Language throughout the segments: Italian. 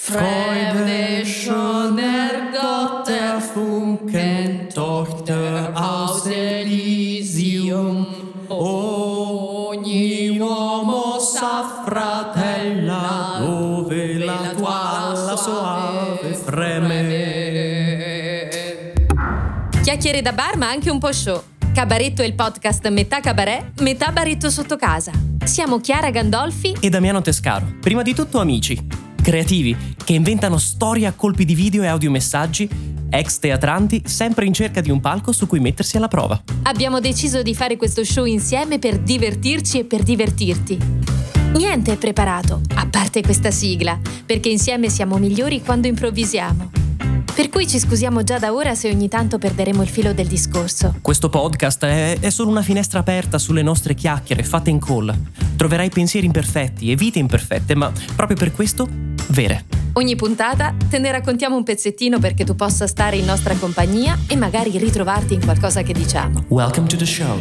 Freude schöner Gott erfunken, Tochter aus Elysium. Ogni uomo sa, fratella, dove la tua alla soave freme. Chiacchiere da bar, ma anche un po' show. Cabaretto è il podcast metà cabaret, metà baretto sotto casa. Siamo Chiara Gandolfi e Damiano Tescaro. Prima di tutto amici, creativi, che inventano storie a colpi di video e audiomessaggi, ex teatranti sempre in cerca di un palco su cui mettersi alla prova. Abbiamo deciso di fare questo show insieme per divertirci e per divertirti. Niente è preparato, a parte questa sigla, perché insieme siamo migliori quando improvvisiamo. Per cui ci scusiamo già da ora se ogni tanto perderemo il filo del discorso. Questo podcast è solo una finestra aperta sulle nostre chiacchiere fatte in call. Troverai pensieri imperfetti e vite imperfette, ma proprio per questo, vere. Ogni puntata te ne raccontiamo un pezzettino perché tu possa stare in nostra compagnia e magari ritrovarti in qualcosa che diciamo. Welcome to the show.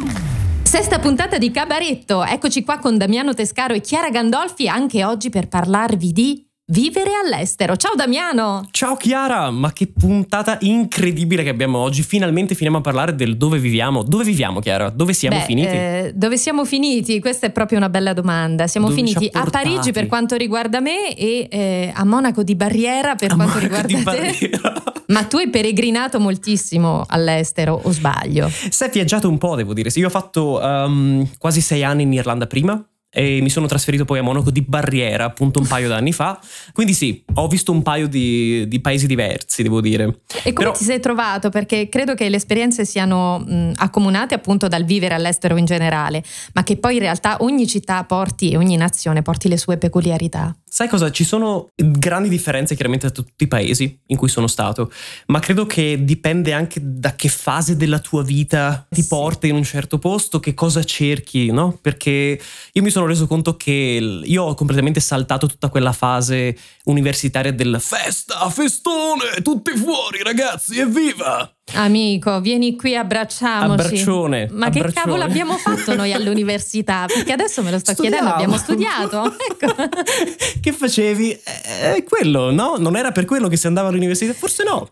Sesta puntata di Cabaretto. Eccoci qua con Damiano Tescaro e Chiara Gandolfi anche oggi per parlarvi di vivere all'estero. Ciao Damiano! Ciao Chiara, ma che puntata incredibile che abbiamo oggi. Finalmente finiamo a parlare del dove viviamo. Dove viviamo, Chiara? Dove siamo finiti? Dove siamo finiti? Questa è proprio una bella domanda. Siamo dove finiti a Parigi per quanto riguarda me e a Monaco di Barriera per quanto riguarda te. Ma tu hai peregrinato moltissimo all'estero, o sbaglio? Sei viaggiato un po', devo dire. Io ho fatto quasi 6 anni in Irlanda prima e mi sono trasferito poi a Monaco di Barriera appunto un paio d'anni fa, quindi sì, ho visto un paio di paesi diversi, devo dire. E come ti sei trovato? Perché credo che le esperienze siano accomunate appunto dal vivere all'estero in generale, ma che poi in realtà ogni città porti e ogni nazione porti le sue peculiarità. Sai cosa? Ci sono grandi differenze chiaramente da tutti i paesi in cui sono stato, ma credo che dipende anche da che fase della tua vita ti porta in un certo posto, che cosa cerchi, no? Perché io mi sono reso conto che io ho completamente saltato tutta quella fase universitaria del festa, festone, tutti fuori ragazzi, evviva! Amico, vieni qui, abbracciamoci. Abbraccione. Ma che cavolo abbiamo fatto noi all'università? Perché adesso me lo sto chiedendo, abbiamo studiato? Ecco. Che facevi? Quello, no? Non era per quello che si andava all'università? Forse no.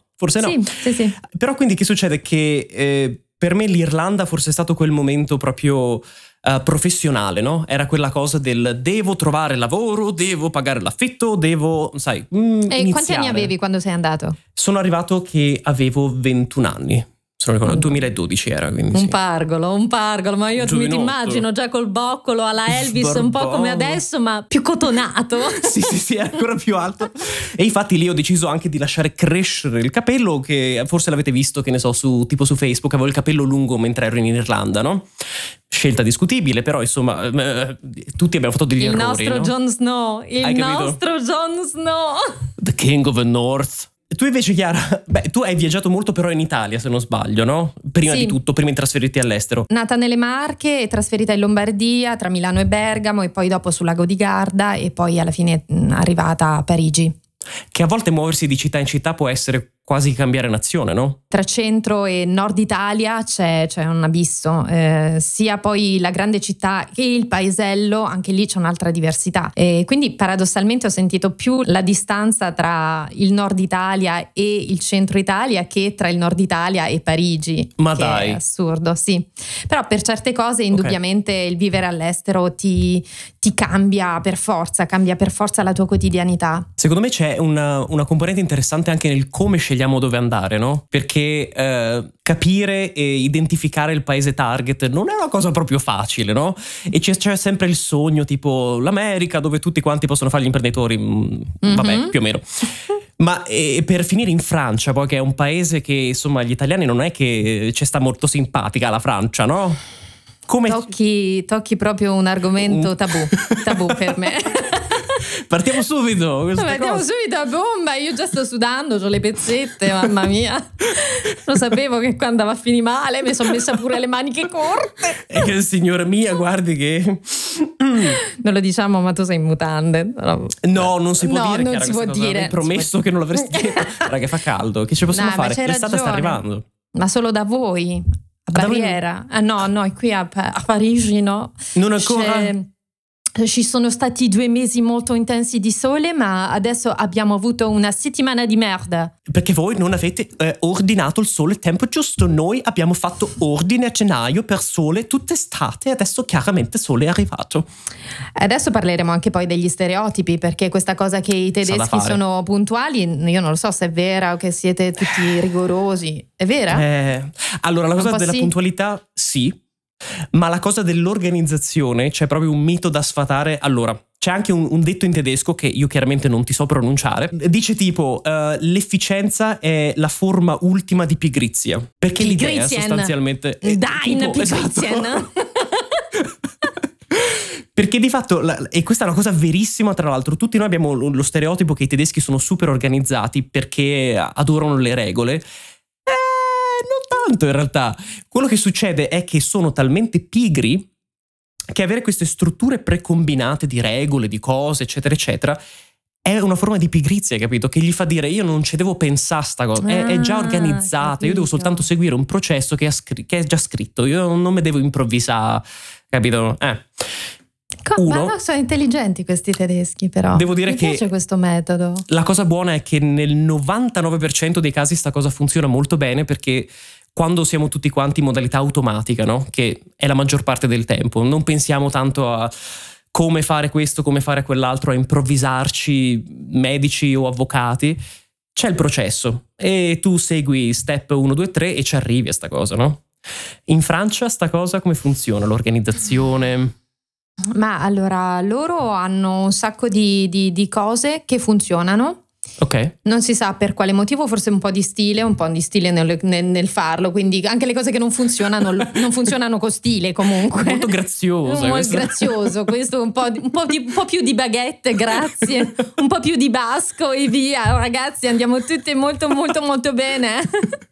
Sì. Però quindi che succede? Che per me l'Irlanda forse è stato quel momento proprio professionale, no? Era quella cosa del devo trovare lavoro, devo pagare l'affitto, devo, sai, iniziare. E quanti anni avevi quando sei andato? Sono arrivato che avevo 21 anni. Sono ricordato, 2012 era, quindi un pargolo, ma io mi ti immagino già col boccolo alla Elvis, un po' come adesso, ma più cotonato. Sì, era ancora più alto. E infatti lì ho deciso anche di lasciare crescere il capello, che forse l'avete visto, che ne so, tipo su Facebook, avevo il capello lungo mentre ero in Irlanda, no? Scelta discutibile, però insomma tutti abbiamo fatto degli errori. Il nostro Jon Snow. The King of the North. Tu invece, Chiara, tu hai viaggiato molto però in Italia, se non sbaglio, no? Prima di tutto, prima di trasferirti all'estero. Nata nelle Marche, trasferita in Lombardia, tra Milano e Bergamo, e poi dopo sul Lago di Garda, e poi alla fine arrivata a Parigi. Che a volte muoversi di città in città può essere quasi cambiare nazione, no? Tra centro e nord Italia c'è un abisso, sia poi la grande città che il paesello, anche lì c'è un'altra diversità. E quindi paradossalmente ho sentito più la distanza tra il nord Italia e il centro Italia che tra il nord Italia e Parigi. Ma che dai! È assurdo, sì. Però per certe cose indubbiamente il vivere all'estero ti cambia per forza la tua quotidianità. Secondo me c'è una componente interessante anche nel come scegliamo dove andare, no? Perché capire e identificare il paese target non è una cosa proprio facile, no? E c'è sempre il sogno tipo l'America, dove tutti quanti possono fare gli imprenditori, vabbè, più o meno. Ma per finire in Francia, poi, che è un paese che insomma gli italiani non è che ci sta molto simpatica la Francia, no? Come tocchi proprio un argomento tabù per me. Partiamo subito. Partiamo subito a bomba. Io già sto sudando, ho le pezzette, mamma mia. Lo sapevo che qua andava a finire male. Mi sono messa pure le maniche corte. E che signora mia, guardi che non lo diciamo, ma tu sei in mutande. No, non si può dire. Non si può dire. Avevi promesso che non l'avresti detto. Raga, fa caldo. Che ci possiamo fare? L'estate sta arrivando. Ma solo da voi. A Barriera. No, qui a Parigi no. Non ancora. Ci sono stati 2 mesi molto intensi di sole, ma adesso abbiamo avuto una settimana di merda. Perché voi non avete ordinato il sole il tempo giusto. Noi abbiamo fatto ordine a gennaio per sole tutta estate e adesso chiaramente il sole è arrivato. Adesso parleremo anche poi degli stereotipi, perché questa cosa che i tedeschi sono puntuali, io non lo so se è vera o che siete tutti rigorosi. È vera? Allora, la cosa della puntualità sì. Ma la cosa dell'organizzazione, c'è proprio un mito da sfatare. Allora, c'è anche un detto in tedesco che io chiaramente non ti so pronunciare. Dice tipo, l'efficienza è la forma ultima di pigrizia. Perché l'idea sostanzialmente... Dein Pigrizien! Esatto. Perché di fatto, e questa è una cosa verissima tra l'altro, tutti noi abbiamo lo stereotipo che i tedeschi sono super organizzati perché adorano le regole. Non tanto in realtà. Quello che succede è che sono talmente pigri che avere queste strutture precombinate di regole, di cose, eccetera, eccetera, è una forma di pigrizia, capito? Che gli fa dire io non ci devo pensare a sta cosa, è già organizzata, capito. Io devo soltanto seguire un processo che è già scritto, io non mi devo improvvisare, capito? Ma no, sono intelligenti questi tedeschi, però. Devo dire che mi piace questo metodo. La cosa buona è che nel 99% dei casi sta cosa funziona molto bene, perché quando siamo tutti quanti in modalità automatica, no? Che è la maggior parte del tempo, non pensiamo tanto a come fare questo, come fare quell'altro, a improvvisarci medici o avvocati. C'è il processo e tu segui step 1, 2, 3 e ci arrivi a sta cosa, no? In Francia sta cosa come funziona? L'organizzazione... Ma allora, loro hanno un sacco di cose che funzionano. Ok. Non si sa per quale motivo, forse un po' di stile nel farlo, quindi anche le cose che non funzionano non funzionano con stile comunque. Molto grazioso. Molto grazioso, questo un po' più di baguette, grazie, un po' più di basco e via. Ragazzi, andiamo tutte molto molto molto bene.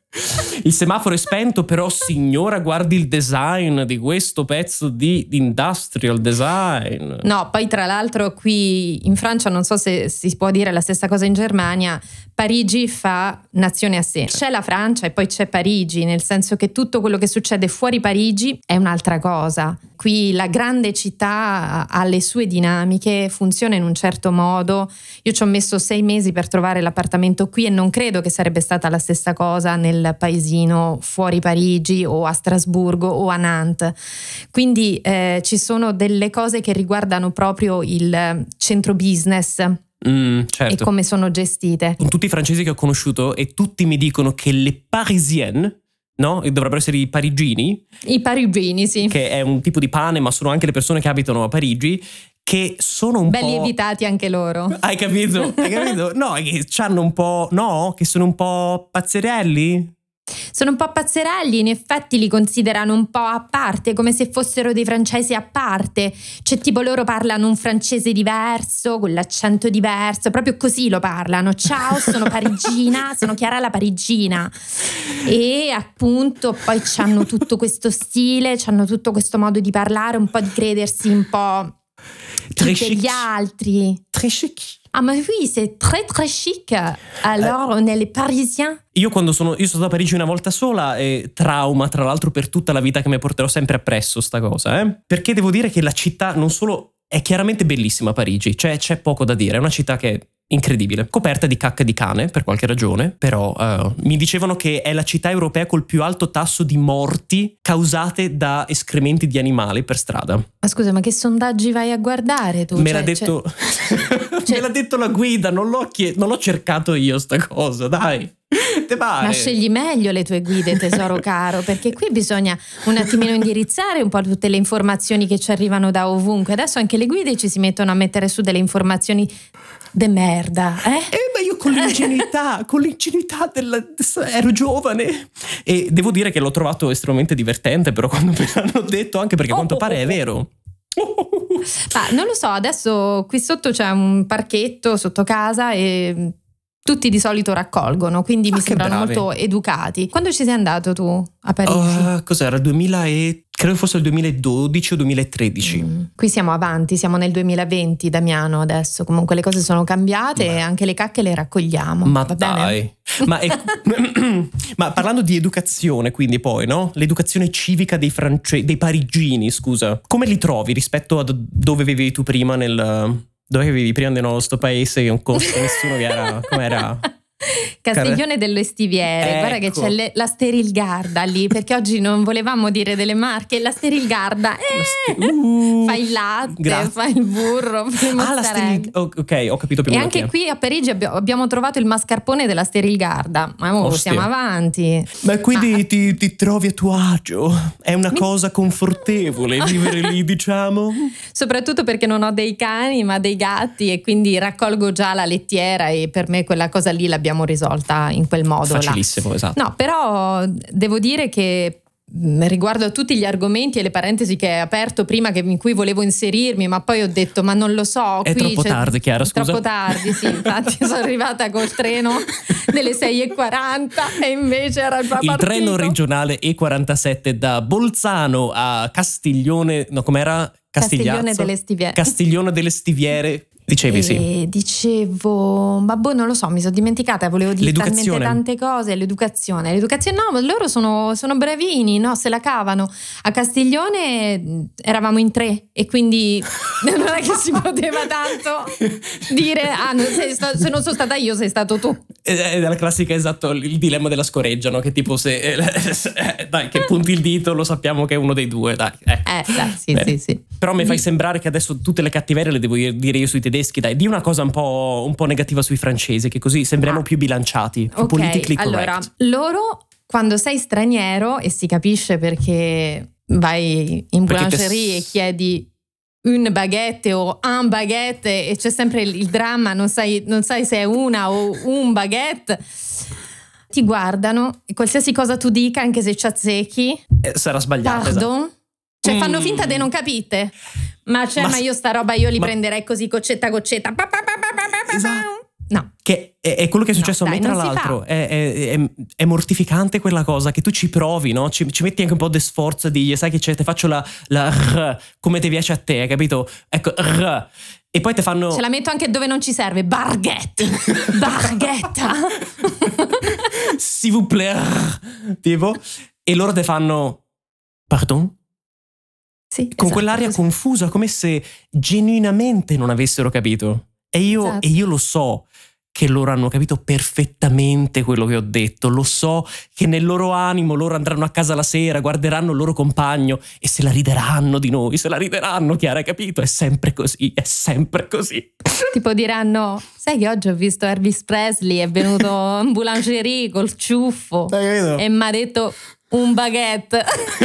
Il semaforo è spento, però signora guardi il design di questo pezzo di industrial design. No, poi tra l'altro qui in Francia, non so se si può dire la stessa cosa in Germania, Parigi fa nazione a sé. C'è la Francia e poi c'è Parigi, nel senso che tutto quello che succede fuori Parigi è un'altra cosa. Qui la grande città ha le sue dinamiche, funziona in un certo modo. Io ci ho messo 6 mesi per trovare l'appartamento qui e non credo che sarebbe stata la stessa cosa nel paesino fuori Parigi o a Strasburgo o a Nantes. Quindi ci sono delle cose che riguardano proprio il centro business. Certo. E come sono gestite. Con tutti i francesi che ho conosciuto e tutti mi dicono che le parisiennes, no? E dovrebbero essere i parigini. I parigini, sì. Che è un tipo di pane, ma sono anche le persone che abitano a Parigi, che sono un belli po'... evitati anche loro. Hai capito? Hai capito? No, che c'hanno un po'... No? Che sono un po' pazzerelli? Sono un po' pazzerelli, in effetti li considerano un po' a parte, come se fossero dei francesi a parte. Cioè tipo loro parlano un francese diverso, con l'accento diverso, proprio così lo parlano. Ciao, sono parigina, sono Chiara la parigina. E appunto poi c'hanno tutto questo stile, c'hanno tutto questo modo di parlare, un po' di credersi un po' degli altri. Très chic. Ah ma oui, c'est très très chic. Alors on est les parisiens. Io sono stato a Parigi una volta sola e trauma tra l'altro per tutta la vita che mi porterò sempre appresso sta cosa, perché devo dire che la città non solo è chiaramente bellissima Parigi, cioè c'è poco da dire, è una città che è incredibile, coperta di cacca di cane per qualche ragione, però mi dicevano che è la città europea col più alto tasso di morti causate da escrementi di animali per strada. Ma scusa, ma che sondaggi vai a guardare tu? Me l'ha detto me l'ha detto la guida, non l'ho cercato io sta cosa, dai. Ma scegli meglio le tue guide, tesoro caro, perché qui bisogna un attimino indirizzare un po' tutte le informazioni che ci arrivano da ovunque. Adesso anche le guide ci si mettono a mettere su delle informazioni de merda, ma io con l'ingenuità ero giovane e devo dire che l'ho trovato estremamente divertente, però quando me l'hanno detto, anche perché a quanto pare è vero. Ma non lo so, adesso qui sotto c'è un parchetto sotto casa e tutti di solito raccolgono, quindi mi sembrano molto educati. Quando ci sei andato tu a Parigi? Cos'era? 2015? Credo fosse il 2012 o 2013. Qui siamo avanti, siamo nel 2020, Damiano, adesso. Comunque le cose sono cambiate e anche le cacche le raccogliamo. Ma va dai. Ma parlando di educazione, quindi poi, no? L'educazione civica dei parigini, scusa. Come li trovi rispetto a dove vivevi tu prima dove vivevi prima del nostro paese, che non conosco nessuno che era... Com'era? Castiglione dello Stiviere, ecco. Guarda che c'è la Sterilgarda lì, perché oggi non volevamo dire delle marche. La Sterilgarda, fai il latte, fai il burro, fai il mozzarella. Ok, ho capito più. E anche qui a Parigi abbiamo trovato il mascarpone della Sterilgarda. Ma siamo avanti. Ma quindi ti trovi a tuo agio? È una cosa confortevole vivere lì, diciamo? Soprattutto perché non ho dei cani ma dei gatti, e quindi raccolgo già la lettiera, e per me quella cosa lì l'abbiamo risolta in quel modo. Facilissimo, esatto. No, però devo dire che riguardo a tutti gli argomenti e le parentesi che hai aperto prima, in cui volevo inserirmi, ma poi ho detto ma non lo so, è troppo tardi, Chiara, scusa. Troppo tardi, sì, infatti sono arrivata col treno delle 6:40 e invece era già partito. Il treno regionale E47 da Bolzano a Castiglione, no, com'era? Castiglione delle Stiviere. Castiglione delle Stiviere. Dicevi sì. Dicevo, ma non lo so, mi sono dimenticata, volevo dire talmente tante cose. L'educazione, no, ma loro sono bravini, no, se la cavano. A Castiglione eravamo in 3 e quindi non è che si poteva tanto dire se non sono stata io, sei stato tu. È la classica, esatto, il dilemma della scoreggia, no? Che tipo dai, che punti il dito, lo sappiamo che è uno dei due, dai. Dai, sì. Però mi fai sembrare che adesso tutte le cattiverie le devo dire io sui tedeschi. Dai, di una cosa un po' negativa sui francesi, che così sembriamo più bilanciati, più politically correct. Allora, loro, quando sei straniero, e si capisce perché vai in boulangerie e chiedi un baguette o un baguette e c'è sempre il dramma, non sai se è una o un baguette. Ti guardano e qualsiasi cosa tu dica, anche se ci azzecchi, sarà sbagliato. Pardon? Esatto. Cioè fanno finta di non capite. Ma io sta roba io li prenderei così goccetta. Esatto. No. Che è quello che è successo a me, tra l'altro. È mortificante quella cosa, che tu ci provi, no? Ci metti anche un po' di sforzo di, sai che c'è, te faccio la r, come ti piace a te, capito? Ecco, r. E poi te fanno... Ce la metto anche dove non ci serve, barghetta. S'il vous plaît, tipo. E loro te fanno, pardon? Sì, con esatto, quell'aria così confusa, come se genuinamente non avessero capito. E io lo so che loro hanno capito perfettamente quello che ho detto. Lo so che nel loro animo loro andranno a casa la sera, guarderanno il loro compagno e se la rideranno di noi, se la rideranno, Chiara, hai capito? È sempre così. Tipo diranno, sai che oggi ho visto Elvis Presley, è venuto in boulangerie col ciuffo e mi ha detto un baguette.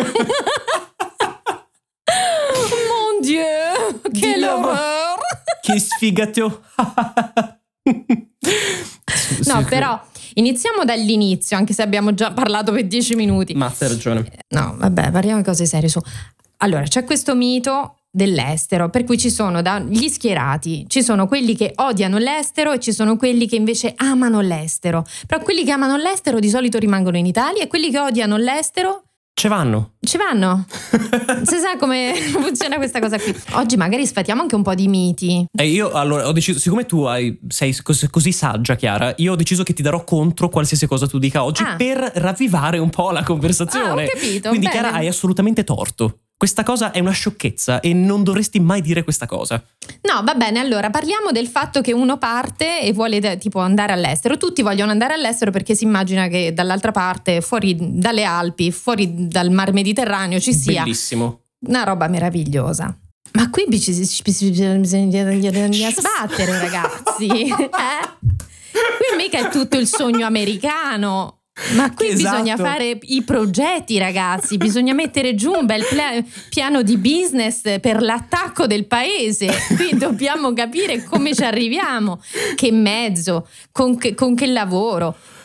Mon Dieu, che l'horreur! Che sfigato! No, però iniziamo dall'inizio, anche se abbiamo già parlato per 10 minuti. Ma hai ragione. No, vabbè, parliamo di cose serie su. Allora, c'è questo mito dell'estero, per cui ci sono gli schierati, ci sono quelli che odiano l'estero e ci sono quelli che invece amano l'estero. Però quelli che amano l'estero di solito rimangono in Italia e quelli che odiano l'estero ci vanno. Si sa come funziona questa cosa qui. Oggi magari sfatiamo anche un po' di miti. Io allora ho deciso, siccome tu sei così saggia, Chiara, io ho deciso che ti darò contro qualsiasi cosa tu dica oggi per ravvivare un po' la conversazione. Ho capito. Quindi bene. Chiara, hai assolutamente torto. Questa cosa è una sciocchezza e non dovresti mai dire questa cosa. No, va bene, allora parliamo del fatto che uno parte e vuole tipo andare all'estero. Tutti vogliono andare all'estero perché si immagina che dall'altra parte, fuori dalle Alpi, fuori dal Mar Mediterraneo ci sia bellissimo, una roba meravigliosa. Ma qui bisogna sbattere, ragazzi. Qui mica è tutto il sogno americano. Ma qui bisogna fare i progetti, ragazzi, bisogna mettere giù un bel piano di business per l'attacco del paese. Qui dobbiamo capire come ci arriviamo, che mezzo, con che lavoro.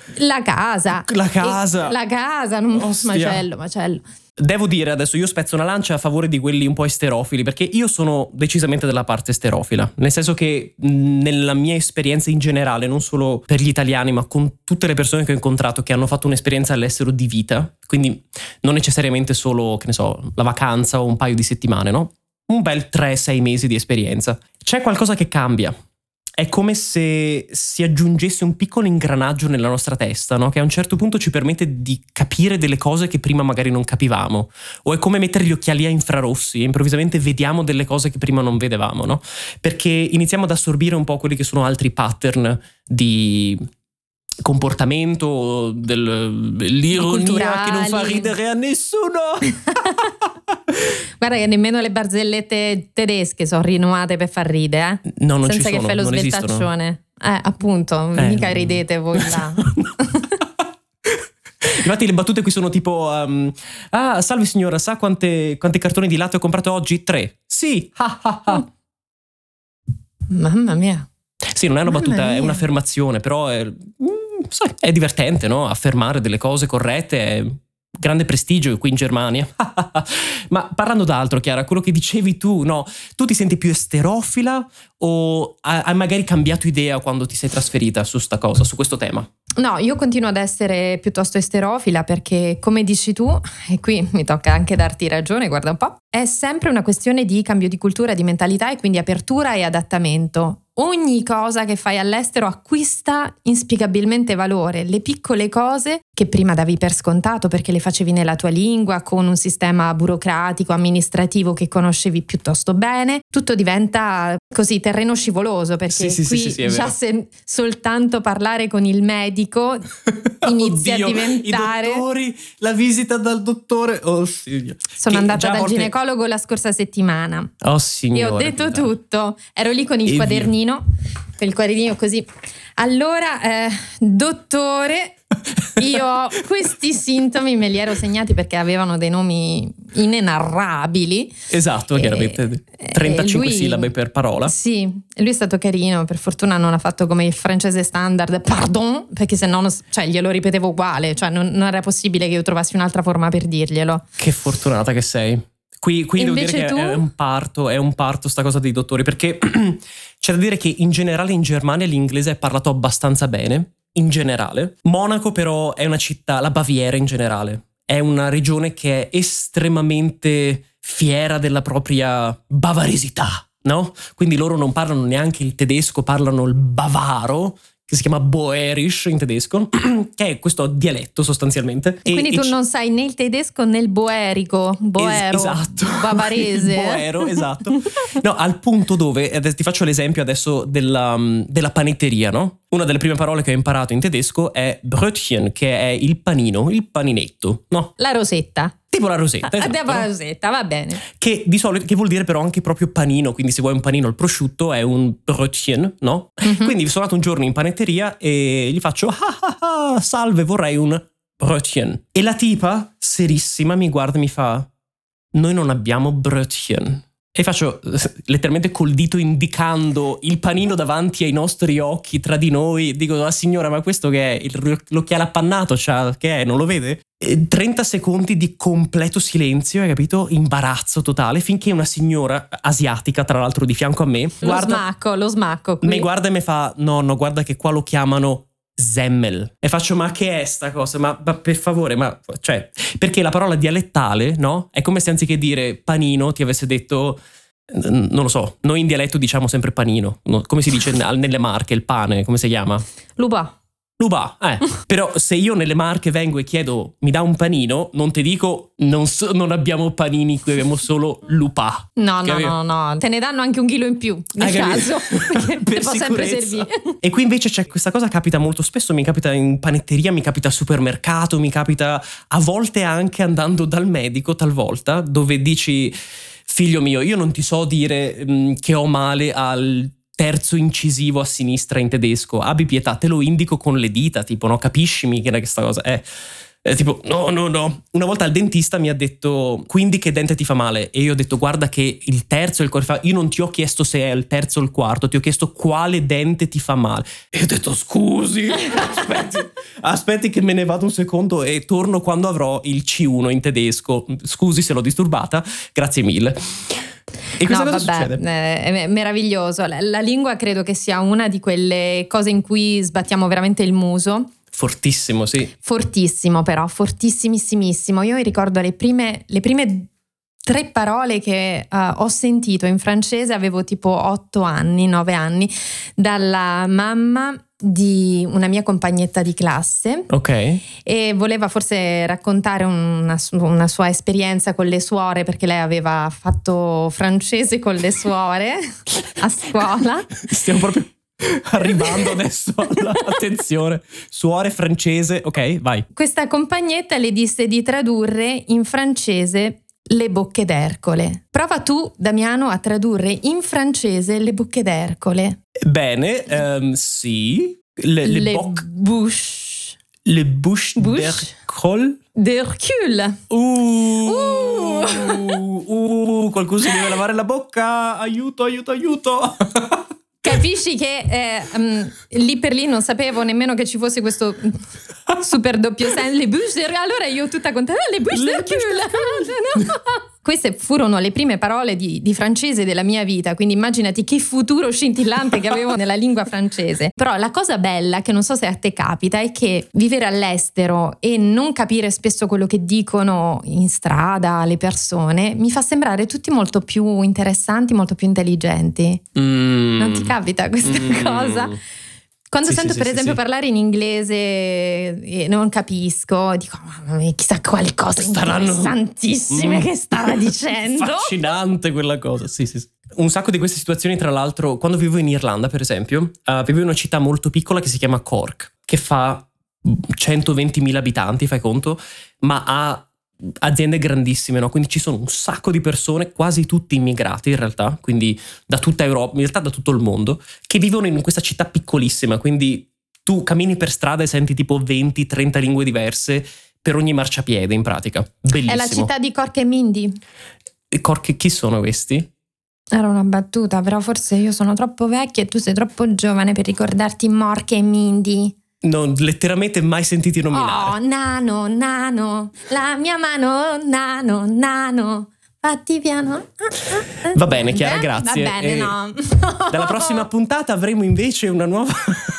La casa. La casa. La casa, macello. Devo dire adesso, io spezzo una lancia a favore di quelli un po' esterofili, perché io sono decisamente della parte esterofila, nel senso che nella mia esperienza in generale, non solo per gli italiani ma con tutte le persone che ho incontrato che hanno fatto un'esperienza all'estero di vita, quindi non necessariamente solo, che ne so, la vacanza o un paio di settimane, no? Un bel 3-6 mesi di esperienza. C'è qualcosa che cambia. È come se si aggiungesse un piccolo ingranaggio nella nostra testa, no? Che a un certo punto ci permette di capire delle cose che prima magari non capivamo. O è come mettere gli occhiali a infrarossi e improvvisamente vediamo delle cose che prima non vedevamo, no? Perché iniziamo ad assorbire un po' quelli che sono altri pattern di comportamento, dell'ironia culturali, che non fa ridere a nessuno. Guarda che nemmeno le barzellette tedesche sono rinomate per far ridere, No, non senza ci che sono, fai lo non sveltaccione. Appunto, mica ridete voi là. Infatti le battute qui sono tipo salve signora, sa quanti cartoni di latte ho comprato oggi? 3. Sì. Mamma mia. Sì, non è una battuta, è un'affermazione, però sai, è divertente, no? Affermare delle cose corrette è grande prestigio qui in Germania. Ma parlando d'altro, Chiara, quello che dicevi tu, no? Tu ti senti più esterofila o hai magari cambiato idea quando ti sei trasferita su sta cosa, su questo tema? No, io continuo ad essere piuttosto esterofila perché, come dici tu, e qui mi tocca anche darti ragione, guarda un po', è sempre una questione di cambio di cultura, di mentalità e quindi apertura e adattamento. Ogni cosa che fai all'estero acquista inspiegabilmente valore. Le piccole cose che prima davi per scontato perché le facevi nella tua lingua, con un sistema burocratico, amministrativo che conoscevi piuttosto bene, tutto diventa così terreno scivoloso, perché qui già soltanto parlare con il medico inizia a diventare... I dottori, la visita dal dottore, oh signore. Sono andata dal ginecologo la scorsa settimana. Oh signore. E ho detto tutto. Ero lì con il quadernino. Con il quadernino così. Allora, dottore, io ho questi sintomi, me li ero segnati perché avevano dei nomi inenarrabili. Esatto, chiaramente 35 sillabe per parola. Sì, lui è stato carino, per fortuna non ha fatto come il francese standard, pardon, perché se no glielo ripetevo uguale, cioè non era possibile che io trovassi un'altra forma per dirglielo. Che fortunata che sei. Qui devo dire che è un parto sta cosa dei dottori, perché c'è da dire che in generale in Germania l'inglese è parlato abbastanza bene, in generale. Monaco però è una città, la Baviera in generale, è una regione che è estremamente fiera della propria bavaresità, no? Quindi loro non parlano neanche il tedesco, parlano il bavaro, che si chiama Boerisch in tedesco, che è questo dialetto sostanzialmente. Quindi tu non sai né il tedesco né il boero, esatto. Bavarese. Boero, esatto. No, al punto dove, ti faccio l'esempio adesso della panetteria, no? Una delle prime parole che ho imparato in tedesco è Brötchen, che è il panino, il paninetto, no? La rosetta. Tipo la rosetta, esatto. Tipo la rosetta, va bene. Che di solito, che vuol dire però anche proprio panino, quindi se vuoi un panino al prosciutto è un Brötchen, no? Mm-hmm. Quindi sono andato un giorno in panetteria e gli faccio salve, vorrei un Brötchen. E la tipa, serissima, mi guarda e mi fa noi non abbiamo Brötchen. E faccio letteralmente col dito indicando il panino davanti ai nostri occhi tra di noi. Dico, signora, ma questo che è? L'occhiale appannato c'ha, che è? Non lo vede? 30 secondi di completo silenzio, hai capito? Imbarazzo totale, finché una signora asiatica, tra l'altro di fianco a me, lo smacco qui. Mi guarda e mi fa, no, guarda che qua lo chiamano Semmel. E faccio, ma che è sta cosa? Ma per favore, cioè, perché la parola dialettale, no? È come se anziché dire panino ti avesse detto, non lo so, noi in dialetto diciamo sempre panino, no? Come si dice nelle Marche, il pane, come si chiama? Luba. Però se io nelle Marche vengo e chiedo mi dà un panino, non ti dico non abbiamo panini, qui abbiamo solo lupà. No, te ne danno anche un chilo in più nel caso, per può sempre servire. E qui invece c'è questa cosa, capita molto spesso, mi capita in panetteria, mi capita al supermercato, mi capita a volte anche andando dal medico, talvolta, dove dici figlio mio, io non ti so dire che ho male al terzo incisivo a sinistra in tedesco, abbi pietà, te lo indico con le dita, tipo, no, capiscimi che questa cosa è. Tipo, no. Una volta al dentista mi ha detto, quindi che dente ti fa male? E io ho detto, guarda che il terzo e il quarto, io non ti ho chiesto se è il terzo o il quarto, ti ho chiesto quale dente ti fa male. E ho detto, scusi, aspetti che me ne vado un secondo e torno quando avrò il C1 in tedesco. Scusi se l'ho disturbata, grazie mille. E questa cosa succede? È meraviglioso. La lingua credo che sia una di quelle cose in cui sbattiamo veramente il muso. Fortissimo, sì. Fortissimo, però, fortissimissimissimo. Io mi ricordo le prime 3 parole che ho sentito in francese, avevo tipo 9 anni, dalla mamma di una mia compagnetta di classe. Ok. E voleva forse raccontare una sua esperienza con le suore, perché lei aveva fatto francese con le suore a scuola. Stiamo proprio arrivando adesso attenzione, suore francese, ok, vai. Questa compagnetta le disse di tradurre in francese le bocche d'Ercole. Prova tu, Damiano, a tradurre in francese le bocche d'Ercole. Bene, sì. Le bouches. Le bouches d'Ercole. D'Hercule. Qualcuno si deve lavare la bocca. Aiuto. Capisci che lì per lì non sapevo nemmeno che ci fosse questo super doppio senso. Le bouches d'Hercule. Allora io tutta contenta. Le bouches d'Hercule. No. Queste furono le prime parole di francese della mia vita, quindi immaginati che futuro scintillante che avevo nella lingua francese. Però la cosa bella, che non so se a te capita, è che vivere all'estero e non capire spesso quello che dicono in strada le persone mi fa sembrare tutti molto più interessanti, molto più intelligenti. Non ti capita questa cosa? Quando sento per esempio parlare in inglese e non capisco, dico chissà quali cose interessantissime che starà dicendo. Affascinante quella cosa, sì. Un sacco di queste situazioni, tra l'altro, quando vivo in Irlanda per esempio, vivo in una città molto piccola che si chiama Cork, che fa 120.000 abitanti, fai conto, ma ha aziende grandissime, no? Quindi ci sono un sacco di persone, quasi tutti immigrati in realtà, quindi da tutta Europa, in realtà da tutto il mondo, che vivono in questa città piccolissima, quindi tu cammini per strada e senti tipo 20-30 lingue diverse per ogni marciapiede in pratica. Bellissimo. È la città di Cork e Mindy. Cork, chi sono questi? Era una battuta, però forse io sono troppo vecchia e tu sei troppo giovane per ricordarti Mork e Mindy. Non letteralmente mai sentiti nominare. Oh, nano, la mia mano, nano, fatti piano. Va bene, Chiara, grazie. Va bene, no. Dalla prossima puntata avremo invece una nuova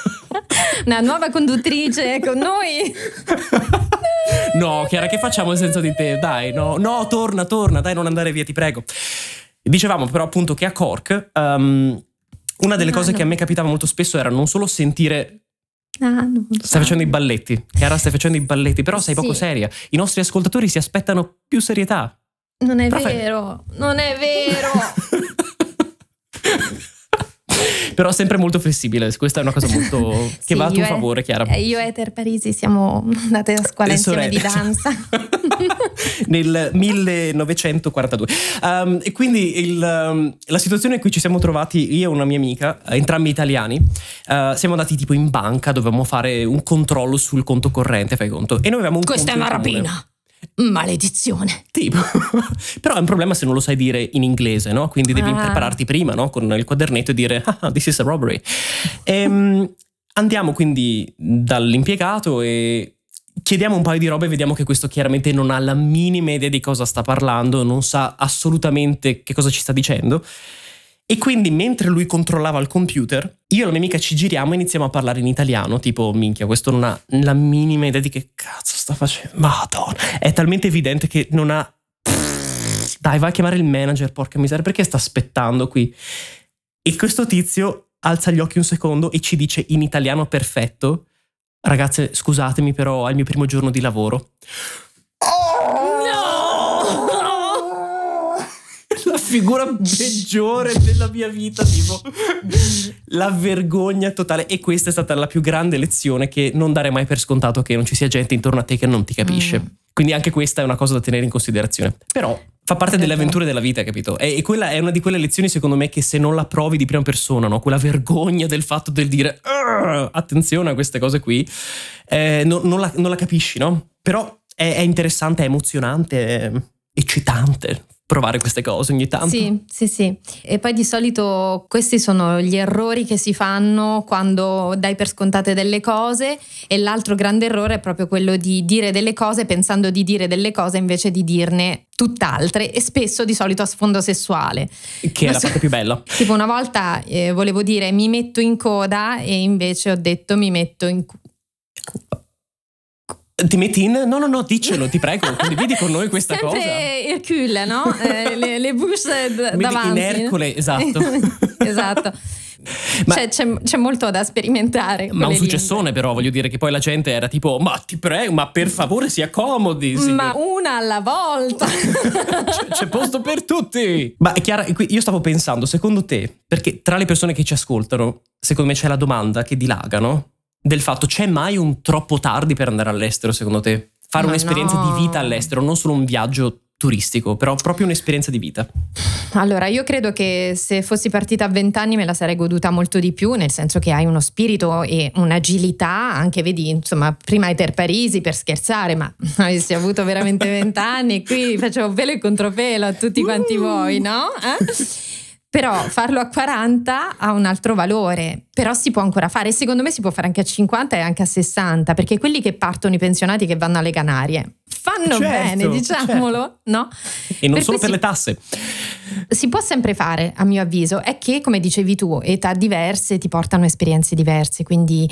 conduttrice con noi. No, Chiara, che facciamo senza di te? Dai, no, torna, dai, non andare via, ti prego. Dicevamo però appunto che a Cork una delle cose che a me capitava molto spesso era non solo sentire stai facendo i balletti, Chiara, stai facendo i balletti, però sei poco seria. I nostri ascoltatori si aspettano più serietà. Non è vero. Però sempre molto flessibile, questa è una cosa molto che va a tuo favore, Chiara. Io e Eter Parisi siamo andate a scuola insieme di danza nel 1942 e quindi la situazione in cui ci siamo trovati io e una mia amica, entrambi italiani, siamo andati tipo in banca, dovevamo fare un controllo sul conto corrente, fai conto, e noi avevamo un questa conto è una rapina. Maledizione. Tipo. Però è un problema se non lo sai dire in inglese, no? Quindi devi prepararti prima, no? Con il quadernetto e dire this is a robbery. Andiamo quindi dall'impiegato e chiediamo un paio di robe e vediamo che questo chiaramente non ha la minima idea di cosa sta parlando, non sa assolutamente che cosa ci sta dicendo. E quindi mentre lui controllava il computer, io e la mia amica ci giriamo e iniziamo a parlare in italiano, tipo minchia, questo non ha la minima idea di che cazzo sta facendo. Madonna, è talmente evidente che non ha... Dai, vai a chiamare il manager, porca miseria, perché sta aspettando qui? E questo tizio alza gli occhi un secondo e ci dice in italiano perfetto: ragazze, scusatemi, però è il mio primo giorno di lavoro. La figura peggiore della mia vita, tipo la vergogna totale. E questa è stata la più grande lezione, che non dare mai per scontato che non ci sia gente intorno a te che non ti capisce. Quindi anche questa è una cosa da tenere in considerazione, però fa parte delle avventure della vita, capito? E quella è una di quelle lezioni, secondo me, che se non la provi di prima persona, no? Quella vergogna del fatto del dire attenzione a queste cose qui, non la capisci, no? Però è interessante, è emozionante, è eccitante provare queste cose ogni tanto. Sì. E poi di solito questi sono gli errori che si fanno quando dai per scontate delle cose, e l'altro grande errore è proprio quello di dire delle cose pensando di dire delle cose invece di dirne tutt'altre, e spesso di solito a sfondo sessuale. Che è la parte più bella. Tipo una volta volevo dire mi metto in coda e invece ho detto mi metto in Ti metti in? No, diccelo, ti prego, condividi con noi questa sempre cosa. Hercule, no? Le bouche davanti. In Ercole, esatto. Esatto. Ma, c'è molto da sperimentare. Ma un successone, però, voglio dire che poi la gente era tipo, ma ti prego, ma per favore si accomodi. Ma una alla volta. C'è posto per tutti. Ma Chiara, io stavo pensando, secondo te, perché tra le persone che ci ascoltano, secondo me c'è la domanda che dilaga, no? Del fatto, c'è mai un troppo tardi per andare all'estero, secondo te? Fare un'esperienza di vita all'estero, non solo un viaggio turistico, però proprio un'esperienza di vita. Allora, io credo che se fossi partita a 20 anni me la sarei goduta molto di più, nel senso che hai uno spirito e un'agilità, anche vedi, insomma, prima Eter Parisi per scherzare, ma avessi avuto veramente 20 anni e qui facevo pelo e contropelo a tutti quanti voi, no? Però farlo a 40 ha un altro valore, però si può ancora fare, e secondo me si può fare anche a 50 e anche a 60, perché quelli che partono, i pensionati che vanno alle Canarie, fanno bene, diciamolo, no? E non solo per le tasse. Si può sempre fare, a mio avviso, è che, come dicevi tu, età diverse ti portano esperienze diverse, quindi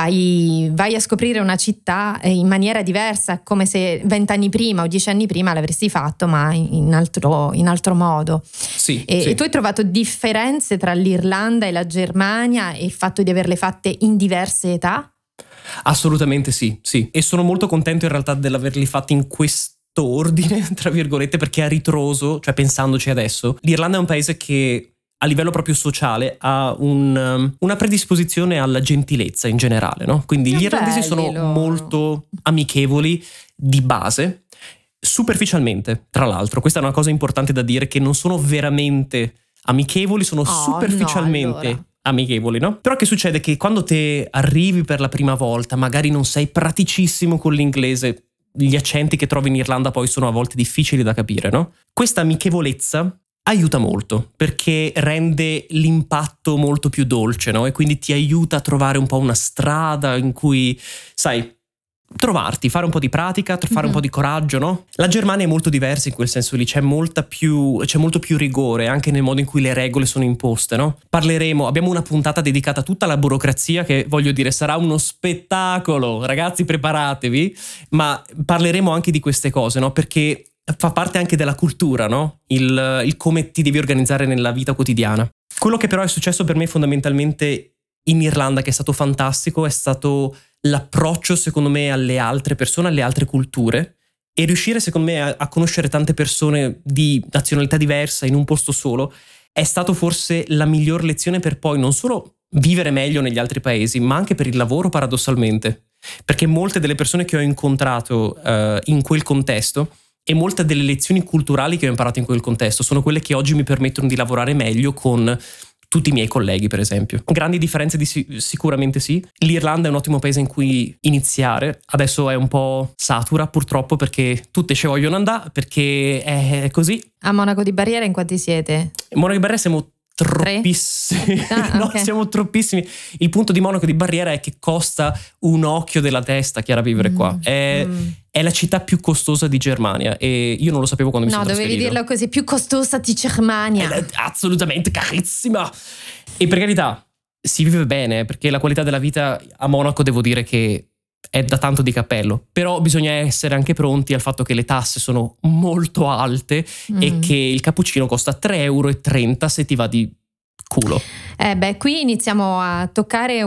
vai a scoprire una città in maniera diversa, come se 20 anni prima o 10 anni prima l'avresti fatto, ma in altro modo. Sì. E tu hai trovato differenze tra l'Irlanda e la Germania e il fatto di averle fatte in diverse età? Assolutamente sì. E sono molto contento in realtà dell'averli fatti in questo ordine, tra virgolette, perché a ritroso, cioè pensandoci adesso, l'Irlanda è un paese che a livello proprio sociale ha una predisposizione alla gentilezza in generale, no? Quindi gli irlandesi sono molto amichevoli di base, superficialmente, tra l'altro. Questa è una cosa importante da dire, che non sono veramente amichevoli, sono superficialmente amichevoli, no? Però che succede? Che quando te arrivi per la prima volta, magari non sei praticissimo con l'inglese, gli accenti che trovi in Irlanda poi sono a volte difficili da capire, no? Questa amichevolezza aiuta molto, perché rende l'impatto molto più dolce, no? E quindi ti aiuta a trovare un po' una strada in cui, sai, trovarti, fare un po' di pratica, fare un po' di coraggio, no? La Germania è molto diversa in quel senso lì, c'è molto più rigore anche nel modo in cui le regole sono imposte, no? Abbiamo una puntata dedicata tutta alla burocrazia, che voglio dire sarà uno spettacolo, ragazzi, preparatevi, ma parleremo anche di queste cose, no? Perché fa parte anche della cultura, no? Il come ti devi organizzare nella vita quotidiana. Quello che però è successo per me fondamentalmente in Irlanda, che è stato fantastico, è stato l'approccio, secondo me, alle altre persone, alle altre culture, e riuscire, secondo me, a conoscere tante persone di nazionalità diversa in un posto solo è stato forse la miglior lezione per poi non solo vivere meglio negli altri paesi, ma anche per il lavoro, paradossalmente, perché molte delle persone che ho incontrato in quel contesto e molte delle lezioni culturali che ho imparato in quel contesto sono quelle che oggi mi permettono di lavorare meglio con tutti i miei colleghi, per esempio. Grandi differenze sicuramente sì. L'Irlanda è un ottimo paese in cui iniziare. Adesso è un po' satura, purtroppo, perché tutte ci vogliono andare, perché è così. A Monaco di Barriera in quanti siete? Monaco di Barriera siamo troppissimi. No, okay. Siamo troppissimi. Il punto di Monaco di Barriera è che costa un occhio della testa, Chiara, vivere qua. È la città più costosa di Germania, e io non lo sapevo quando mi sono trasferito. No, dovevi dirlo così, più costosa di Germania. È assolutamente carissima. E per carità, si vive bene, perché la qualità della vita a Monaco devo dire che è da tanto di cappello. Però bisogna essere anche pronti al fatto che le tasse sono molto alte e che il cappuccino costa 3,30 euro se ti va di culo. Qui iniziamo a toccare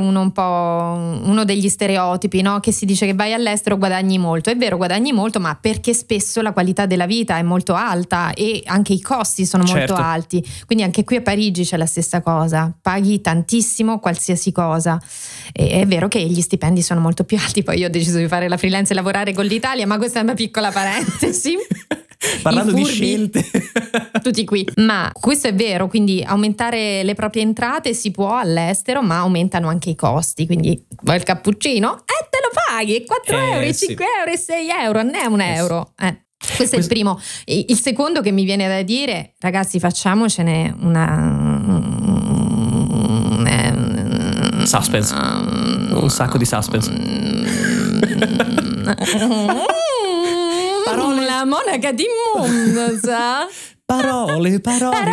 uno degli stereotipi, no? Che si dice che vai all'estero guadagni molto. È vero, guadagni molto, ma perché spesso la qualità della vita è molto alta e anche i costi sono molto alti. Quindi anche qui a Parigi c'è la stessa cosa, paghi tantissimo qualsiasi cosa. E è vero che gli stipendi sono molto più alti. Poi io ho deciso di fare la freelance e lavorare con l'Italia, ma questa è una piccola parentesi. Parlando di furbi, scelte. tutti qui. Ma questo è vero, quindi aumentare le proprie entrate si può all'estero, ma aumentano anche i costi. Quindi vuoi il cappuccino? Te lo paghi, 4 euro, sì. 5 euro e 6 euro, non è un euro. Questo è il primo. Il secondo che mi viene da dire, ragazzi, facciamocene suspense. Un sacco di suspense. Parole. La monaca di Monza. Parole.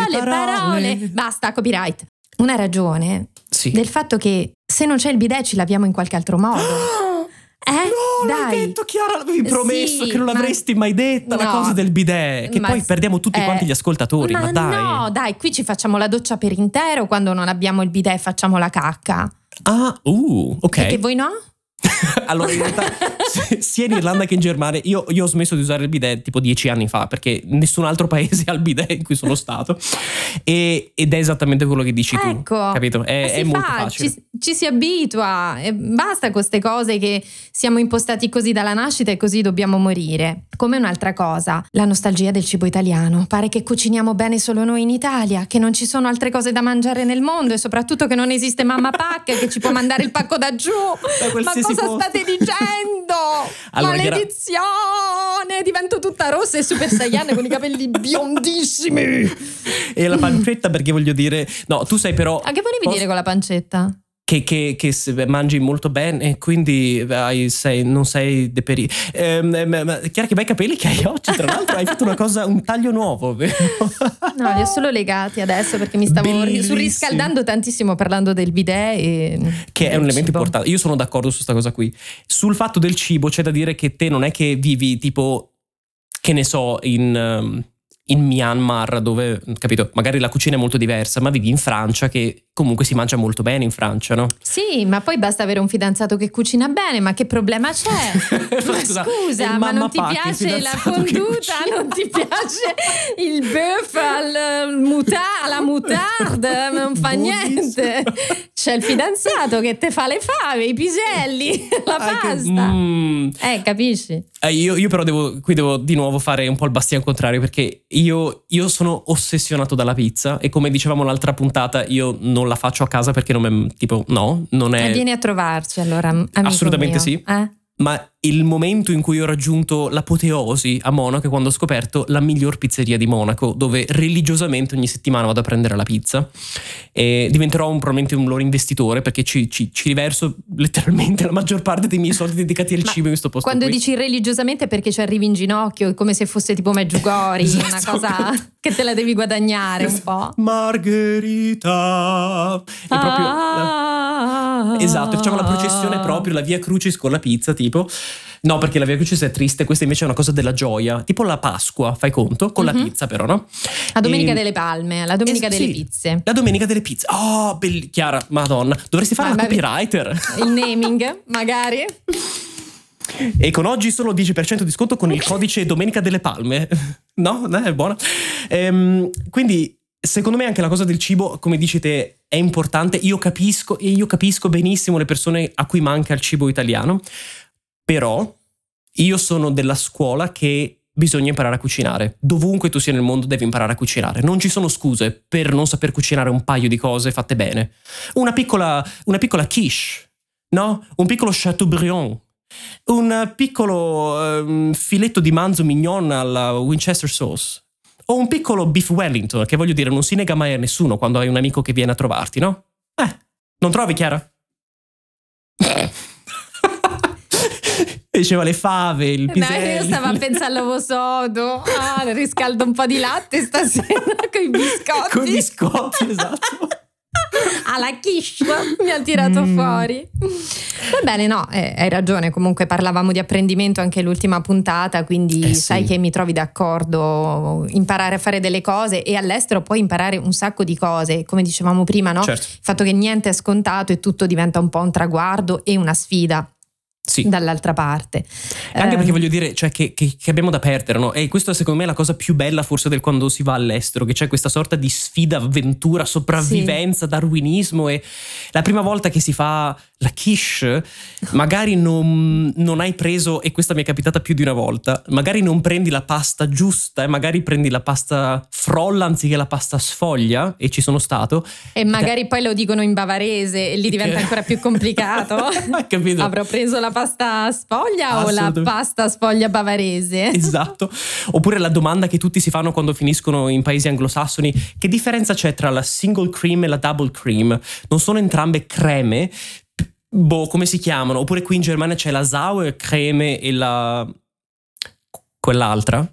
Basta, copyright. Una ragione Sì. del fatto che se non c'è il bidet ci laviamo in qualche altro modo. No, Dai. l'hai detto, Chiara, l'avevi promesso Sì, che non l'avresti mai detta la cosa del bidet, che poi perdiamo tutti quanti gli ascoltatori, ma dai. No, dai, qui ci facciamo la doccia per intero, quando non abbiamo il bidet facciamo la cacca. Ok. E che voi no? Allora, in realtà, sia in Irlanda che in Germania, io ho smesso di usare il bidet tipo 10 anni fa, perché nessun altro paese ha il bidet in cui sono stato. Ed è esattamente quello che dici tu. Capito? È molto facile. Ci si abitua. E basta con queste cose che siamo impostati così dalla nascita e così dobbiamo morire. Come un'altra cosa, la nostalgia del cibo italiano. Pare che cuciniamo bene solo noi in Italia, che non ci sono altre cose da mangiare nel mondo e soprattutto che non esiste Mamma Pack che ci può mandare il pacco da giù. Ma cosa state dicendo? Allora, maledizione! Divento tutta rossa e super saiyan con i capelli biondissimi. E la pancetta, perché voglio dire, no, tu sei però. Ma che volevi dire con la pancetta? Che mangi molto bene e quindi non sei deperito. Chiara, che bei capelli che hai oggi, tra l'altro hai fatto un taglio nuovo, vero? No, li ho solo legati adesso perché mi stavo surriscaldando tantissimo parlando del bidet che è un elemento importante. Io sono d'accordo su questa cosa qui. Sul fatto del cibo c'è da dire che te non è che vivi tipo, che ne so, in Myanmar, dove, capito, magari la cucina è molto diversa, ma vivi in Francia, che comunque si mangia molto bene in Francia, no? Sì, ma poi basta avere un fidanzato che cucina bene, ma che problema c'è? Scusa, ma non ti piace la fonduta, non ti piace il bœuf alla moutarde, non fa niente. C'è il fidanzato che te fa le fave, i piselli, la pasta. Capisci? Io però devo di nuovo fare un po' il bastian contrario, perché io sono ossessionato dalla pizza e, come dicevamo l'altra puntata, io non la faccio a casa perché non è. Vieni a trovarci allora, amico assolutamente mio. Sì. Ma il momento in cui ho raggiunto l'apoteosi a Monaco è quando ho scoperto la miglior pizzeria di Monaco, dove religiosamente ogni settimana vado a prendere la pizza, e diventerò probabilmente un loro investitore, perché ci riverso letteralmente la maggior parte dei miei soldi dedicati al cibo in questo posto. Quando dici religiosamente, perché ci arrivi in ginocchio, come se fosse tipo Meggiugori, esatto. Una cosa che te la devi guadagnare un po'. Margherita. È proprio esatto, facciamo la processione proprio, la Via Crucis con la pizza, tipo. No, perché la Via Crucis è triste, questa invece è una cosa della gioia, tipo la Pasqua, fai conto, con la pizza però, no? La Domenica delle Palme, la Domenica delle Pizze. La Domenica delle Pizze. Oh, Chiara, madonna, dovresti fare la copywriter. Il naming, magari. E con oggi solo 10% di sconto con il codice Domenica delle Palme. No? È buona. Quindi secondo me anche la cosa del cibo, come dici te, è importante. Io capisco benissimo le persone a cui manca il cibo italiano, però io sono della scuola che bisogna imparare a cucinare. Dovunque tu sia nel mondo devi imparare a cucinare. Non ci sono scuse per non saper cucinare un paio di cose fatte bene. Una piccola quiche, no? Un piccolo chateaubriand, un piccolo filetto di manzo mignon alla Winchester sauce, o un piccolo beef Wellington, che voglio dire non si nega mai a nessuno quando hai un amico che viene a trovarti, no? Non trovi, Chiara? Diceva le fave, il pisello. No, io stavo a pensare all'uovo sodo. Riscaldo un po' di latte stasera con i biscotti. Con i biscotti, esatto. La quiche mi ha tirato fuori. Va bene, no, hai ragione. Comunque parlavamo di apprendimento anche l'ultima puntata, quindi sai che mi trovi d'accordo. Imparare a fare delle cose, e all'estero puoi imparare un sacco di cose, come dicevamo prima, no? Certo. Il fatto che niente è scontato e tutto diventa un po' un traguardo e una sfida. Sì. dall'altra parte. Anche perché voglio dire, cioè, che abbiamo da perdere, no? E questa secondo me è la cosa più bella forse del quando si va all'estero, che c'è questa sorta di sfida, avventura, sopravvivenza, darwinismo, e la prima volta che si fa la quiche magari non hai preso, e questa mi è capitata più di una volta, magari non prendi la pasta giusta e magari prendi la pasta frolla anziché la pasta sfoglia, e ci sono stato. E magari poi lo dicono in bavarese e lì diventa ancora più complicato. Capito? Avrò preso la pasta sfoglia o la pasta sfoglia bavarese? Esatto. Oppure la domanda che tutti si fanno quando finiscono in paesi anglosassoni: che differenza c'è tra la single cream e la double cream? Non sono entrambe creme? Come si chiamano? Oppure qui in Germania c'è la Sauer Creme e quell'altra.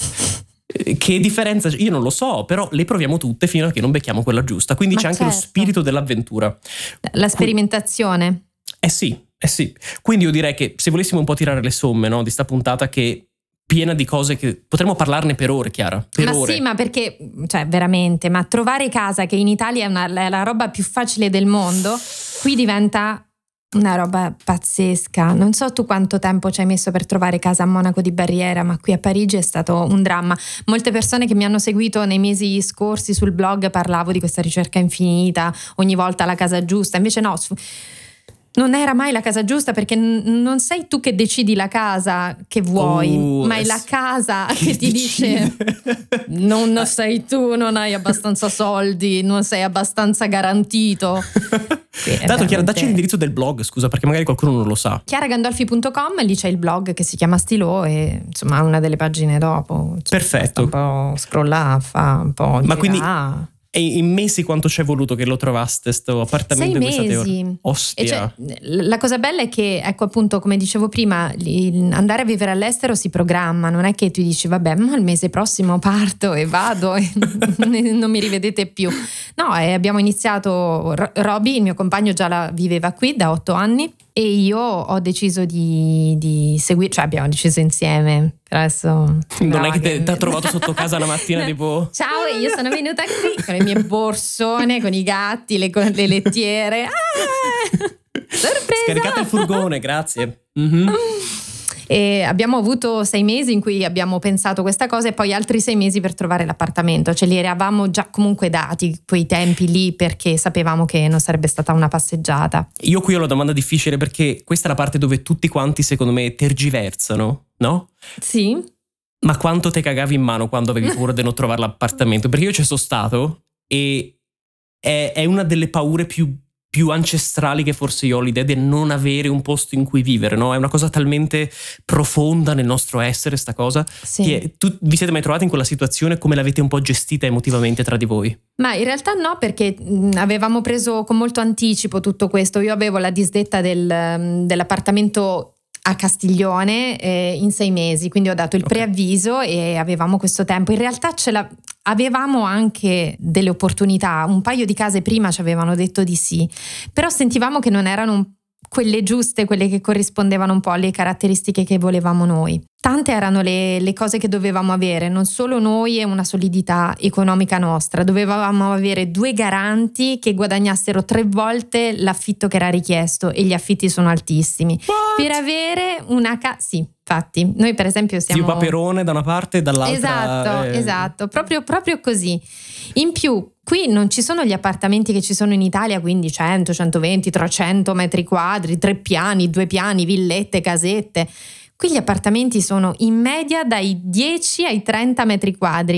Che differenza? Io non lo so, però le proviamo tutte fino a che non becchiamo quella giusta. Quindi c'è anche lo spirito dell'avventura. La sperimentazione. Sì. Quindi io direi che se volessimo un po' tirare le somme, no, di sta puntata che è piena di cose che potremmo parlarne per ore, Chiara. Sì, ma perché, cioè veramente, ma trovare casa, che in Italia è la roba più facile del mondo, qui diventa una roba pazzesca. Non so tu quanto tempo ci hai messo per trovare casa a Monaco di Barriera, ma qui a Parigi è stato un dramma. Molte persone che mi hanno seguito nei mesi scorsi sul blog parlavo di questa ricerca infinita, ogni volta la casa giusta, invece no, non era mai la casa giusta, perché non sei tu che decidi la casa che vuoi, ma è la casa che ti dice non sei tu, non hai abbastanza soldi, non sei abbastanza garantito. Tanto Chiara, dacci l'indirizzo del blog, scusa, perché magari qualcuno non lo sa. chiaragandolfi.com, lì c'è il blog che si chiama Stilo e insomma una delle pagine dopo. Perfetto. Un po' scrolla, fa un po'. Ma quindi e in mesi quanto ci è voluto che lo trovaste sto appartamento? 6 mesi. Ostia. Cioè, la cosa bella è che, ecco, appunto, come dicevo prima, andare a vivere all'estero si programma, non è che tu dici vabbè, ma il mese prossimo parto e vado e non mi rivedete più. No, abbiamo iniziato, Roby, il mio compagno, già viveva qui da 8 anni e io ho deciso di seguire, cioè abbiamo deciso insieme. Adesso non è che ti ha trovato sotto casa la mattina tipo ciao, io sono venuta qui con le mie borsone, con i gatti, le lettiere. Sorpresa! Scaricate il furgone, grazie. Mm-hmm. E abbiamo avuto 6 mesi in cui abbiamo pensato questa cosa e poi altri 6 mesi per trovare l'appartamento. Ce li eravamo già comunque dati quei tempi lì, perché sapevamo che non sarebbe stata una passeggiata. Io qui ho la domanda difficile, perché questa è la parte dove tutti quanti secondo me tergiversano, no? Sì. Ma quanto te cagavi in mano quando avevi paura di non trovare l'appartamento? Perché io ci sono stato e è una delle paure più ancestrali che forse io ho, l'idea di non avere un posto in cui vivere, no? È una cosa talmente profonda nel nostro essere, sta cosa. Sì. Tu vi siete mai trovati in quella situazione? Come l'avete un po' gestita emotivamente tra di voi? Ma in realtà no, perché avevamo preso con molto anticipo tutto questo. Io avevo la disdetta dell'appartamento a Castiglione in 6 mesi, quindi ho dato il preavviso e avevamo questo tempo. In realtà avevamo anche delle opportunità, un paio di case prima ci avevano detto di sì, però sentivamo che non erano quelle giuste, quelle che corrispondevano un po' alle caratteristiche che volevamo noi. Tante erano le cose che dovevamo avere, non solo noi e una solidità economica nostra, dovevamo avere 2 garanti che guadagnassero 3 volte l'affitto che era richiesto, e gli affitti sono altissimi. What? Per avere una casa, sì, infatti, noi per esempio siamo... Zio Paperone da una parte e dall'altra. Esatto, proprio così. In più, qui non ci sono gli appartamenti che ci sono in Italia, quindi 100, 120, 300 metri quadri, 3 piani, 2 piani, villette, casette. Qui gli appartamenti sono in media dai 10 ai 30 metri quadri.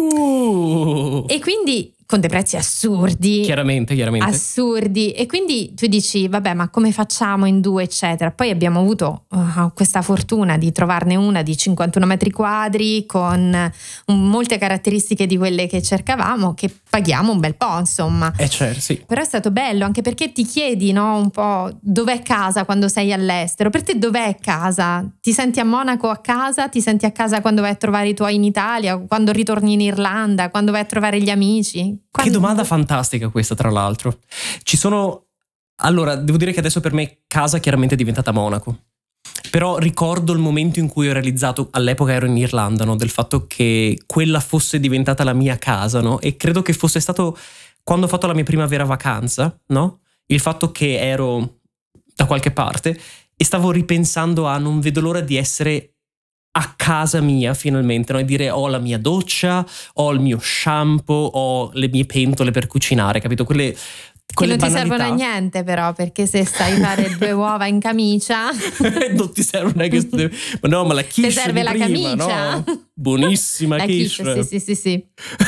E quindi con dei prezzi assurdi. Chiaramente. Assurdi. E quindi tu dici, vabbè, ma come facciamo in 2, eccetera. Poi abbiamo avuto questa fortuna di trovarne una di 51 metri quadri con molte caratteristiche di quelle che cercavamo, che paghiamo un bel po', insomma. Certo, sì. Però è stato bello, anche perché ti chiedi, no, un po' dov'è casa quando sei all'estero. Per te dov'è casa? Ti senti a Monaco a casa? Ti senti a casa quando vai a trovare i tuoi in Italia? Quando ritorni in Irlanda? Quando vai a trovare gli amici? Che domanda fantastica questa, tra l'altro. Allora, devo dire che adesso per me casa chiaramente è diventata Monaco. Però ricordo il momento in cui ho realizzato, all'epoca ero in Irlanda, no, del fatto che quella fosse diventata la mia casa, no? E credo che fosse stato quando ho fatto la mia prima vera vacanza, no? Il fatto che ero da qualche parte e stavo ripensando a non vedo l'ora di essere a casa mia finalmente, no? E dire ho la mia doccia, ho il mio shampoo, ho le mie pentole per cucinare, capito? Quelle che non banalità. ti servono a niente però, perché se stai a fare 2 uova in camicia non ti serve ma no, ma la quiche ti serve di la prima, camicia, no? Buonissima la quiche. sì.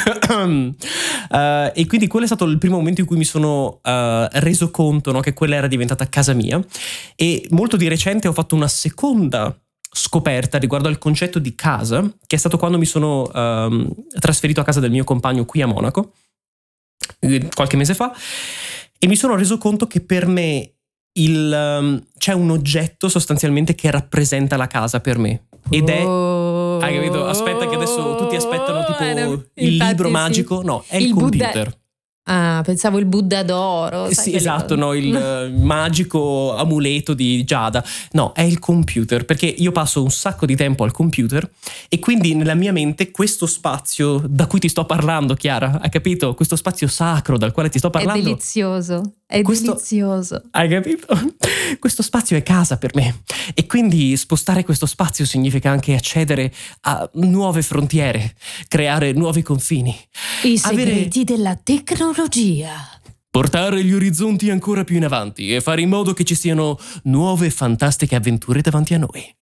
E quindi quello è stato il primo momento in cui mi sono reso conto, no, che quella era diventata casa mia. E molto di recente ho fatto una seconda scoperta riguardo al concetto di casa, che è stato quando mi sono trasferito a casa del mio compagno qui a Monaco qualche mese fa, e mi sono reso conto che per me c'è un oggetto sostanzialmente che rappresenta la casa per me, ed è hai capito? Aspetta che adesso tutti aspettano tipo il libro magico, no, è il computer. Ah, pensavo il Buddha d'oro. Sì, esatto, no, il magico amuleto di Giada. No, è il computer, perché io passo un sacco di tempo al computer e quindi nella mia mente questo spazio da cui ti sto parlando, Chiara, hai capito? Questo spazio sacro dal quale ti sto parlando. È delizioso, delizioso. Hai capito? Questo spazio è casa per me, e quindi spostare questo spazio significa anche accedere a nuove frontiere, creare nuovi confini. I segreti della tecnologia. Portare gli orizzonti ancora più in avanti e fare in modo che ci siano nuove fantastiche avventure davanti a noi.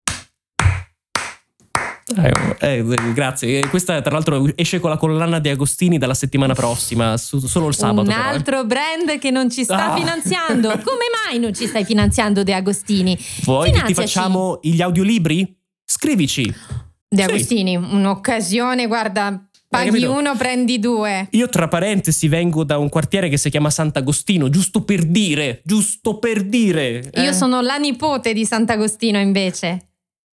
Grazie. Questa tra l'altro esce con la collana di Agostini dalla settimana prossima, solo il sabato. Un altro brand che non ci sta finanziando. Come mai non ci stai finanziando De Agostini? Vuoi che ti facciamo gli audiolibri? Scrivici. De Agostini, un'occasione, guarda. Paghi uno, prendi 2. Io tra parentesi vengo da un quartiere che si chiama Sant'Agostino, giusto per dire. Io sono la nipote di Sant'Agostino invece.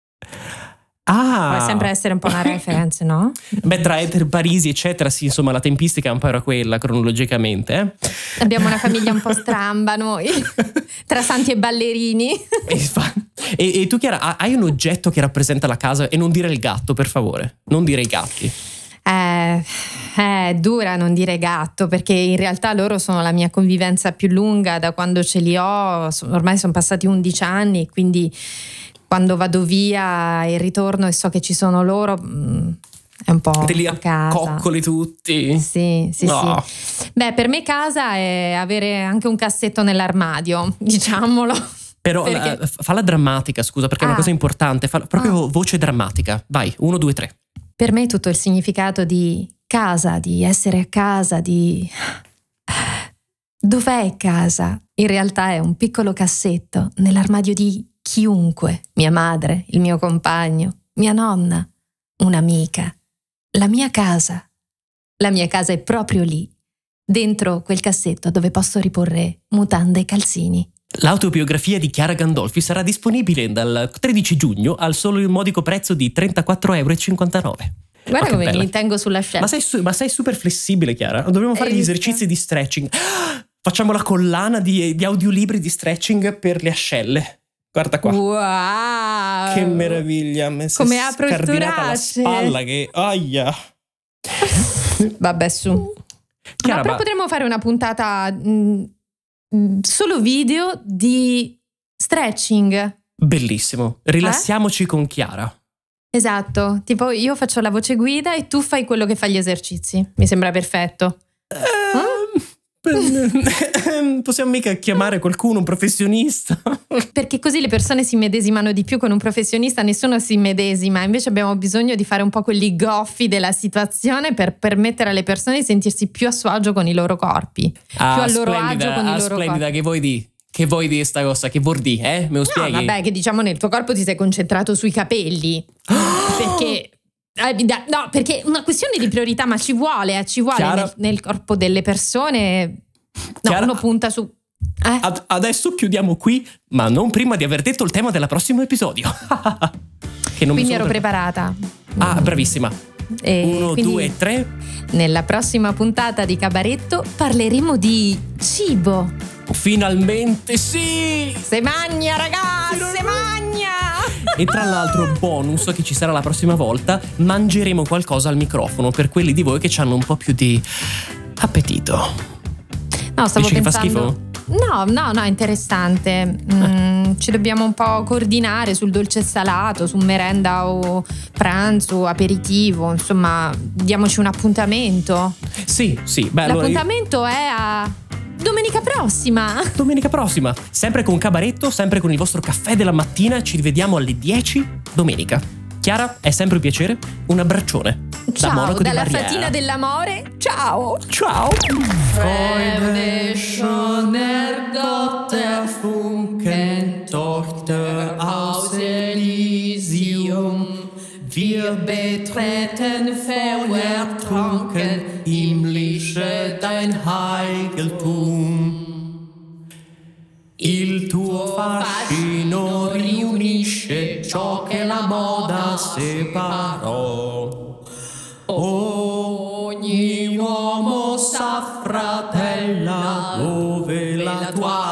Può sempre essere un po' una reference, no? Beh, tra Parisi eccetera, sì, insomma la tempistica un po' era quella cronologicamente. Abbiamo una famiglia un po' stramba noi, tra santi e ballerini. E tu, Chiara, hai un oggetto che rappresenta la casa? E non dire il gatto, per favore, non dire i gatti. È dura non dire gatto, perché in realtà loro sono la mia convivenza più lunga da quando ce li ho. Ormai sono passati 11 anni, quindi quando vado via e ritorno e so che ci sono loro, è un po' te li casa. Accoccoli tutti? Sì. Beh, per me casa è avere anche un cassetto nell'armadio, diciamolo. Però falla drammatica, scusa, perché è una cosa importante. Falla proprio voce drammatica. Vai, 1, 2, 3. Per me tutto il significato di casa, di essere a casa, di... Dov'è casa? In realtà è un piccolo cassetto nell'armadio di chiunque. Mia madre, il mio compagno, mia nonna, un'amica. La mia casa. La mia casa è proprio lì, dentro quel cassetto dove posso riporre mutande e calzini. L'autobiografia di Chiara Gandolfi sarà disponibile dal 13 giugno al solo il modico prezzo di €34,59. Guarda come mi tengo sulla scena. Ma sei super flessibile, Chiara. Dobbiamo fare gli esercizi di stretching. Facciamo la collana di audiolibri di stretching per le ascelle. Guarda qua. Wow! Che meraviglia. Come apro il scardinata la spalla che... Aia! Vabbè, su. Chiara, però potremmo fare una puntata... solo video di stretching. Bellissimo. Rilassiamoci con Chiara. Esatto, tipo io faccio la voce guida e tu fai quello che fa gli esercizi. Mi sembra perfetto. Possiamo mica chiamare qualcuno, un professionista? Perché così le persone si medesimano di più. Con un professionista nessuno si medesima. Invece abbiamo bisogno di fare un po' quelli goffi della situazione per permettere alle persone di sentirsi più a suo agio con i loro corpi, più a loro agio con i loro splendida, corpi. Che vuoi di sta cosa? Che vuol di? Me lo spieghi? No, vabbè, che diciamo nel tuo corpo ti sei concentrato sui capelli. Perché... No, perché è una questione di priorità, ma ci vuole nel corpo delle persone. No, Chiara, uno punta su... Adesso chiudiamo qui, ma non prima di aver detto il tema del prossimo episodio. Che non quindi ero preparata. Bravissima. 1, 2, 3. Nella prossima puntata di Cabaretto parleremo di cibo. Finalmente sì! Se magna, ragazzi, se magna! E tra l'altro, bonus che ci sarà la prossima volta, mangeremo qualcosa al microfono per quelli di voi che hanno un po' più di appetito. No, stavo Dici pensando... che fa schifo? No, interessante. Ci dobbiamo un po' coordinare sul dolce e salato, su merenda o pranzo, aperitivo, insomma, diamoci un appuntamento. Sì. Beh, allora L'appuntamento è a domenica prossima. domenica prossima, sempre con Cabaretto, sempre con il vostro caffè della mattina, ci rivediamo alle 10 domenica. Chiara, è sempre un piacere, un abbraccione. Da Ciao, Monaco di dalla Baviera. fatina dell'amore. Ciao. Ciao. Freude schöner Gott der Funken, Tochter aus Elysium. Wir betreten vertrunken himmlische dein Heiligtum. Il tuo fascino riunisce ciò che la moda separò. Ogni uomo s'affratella dove la tua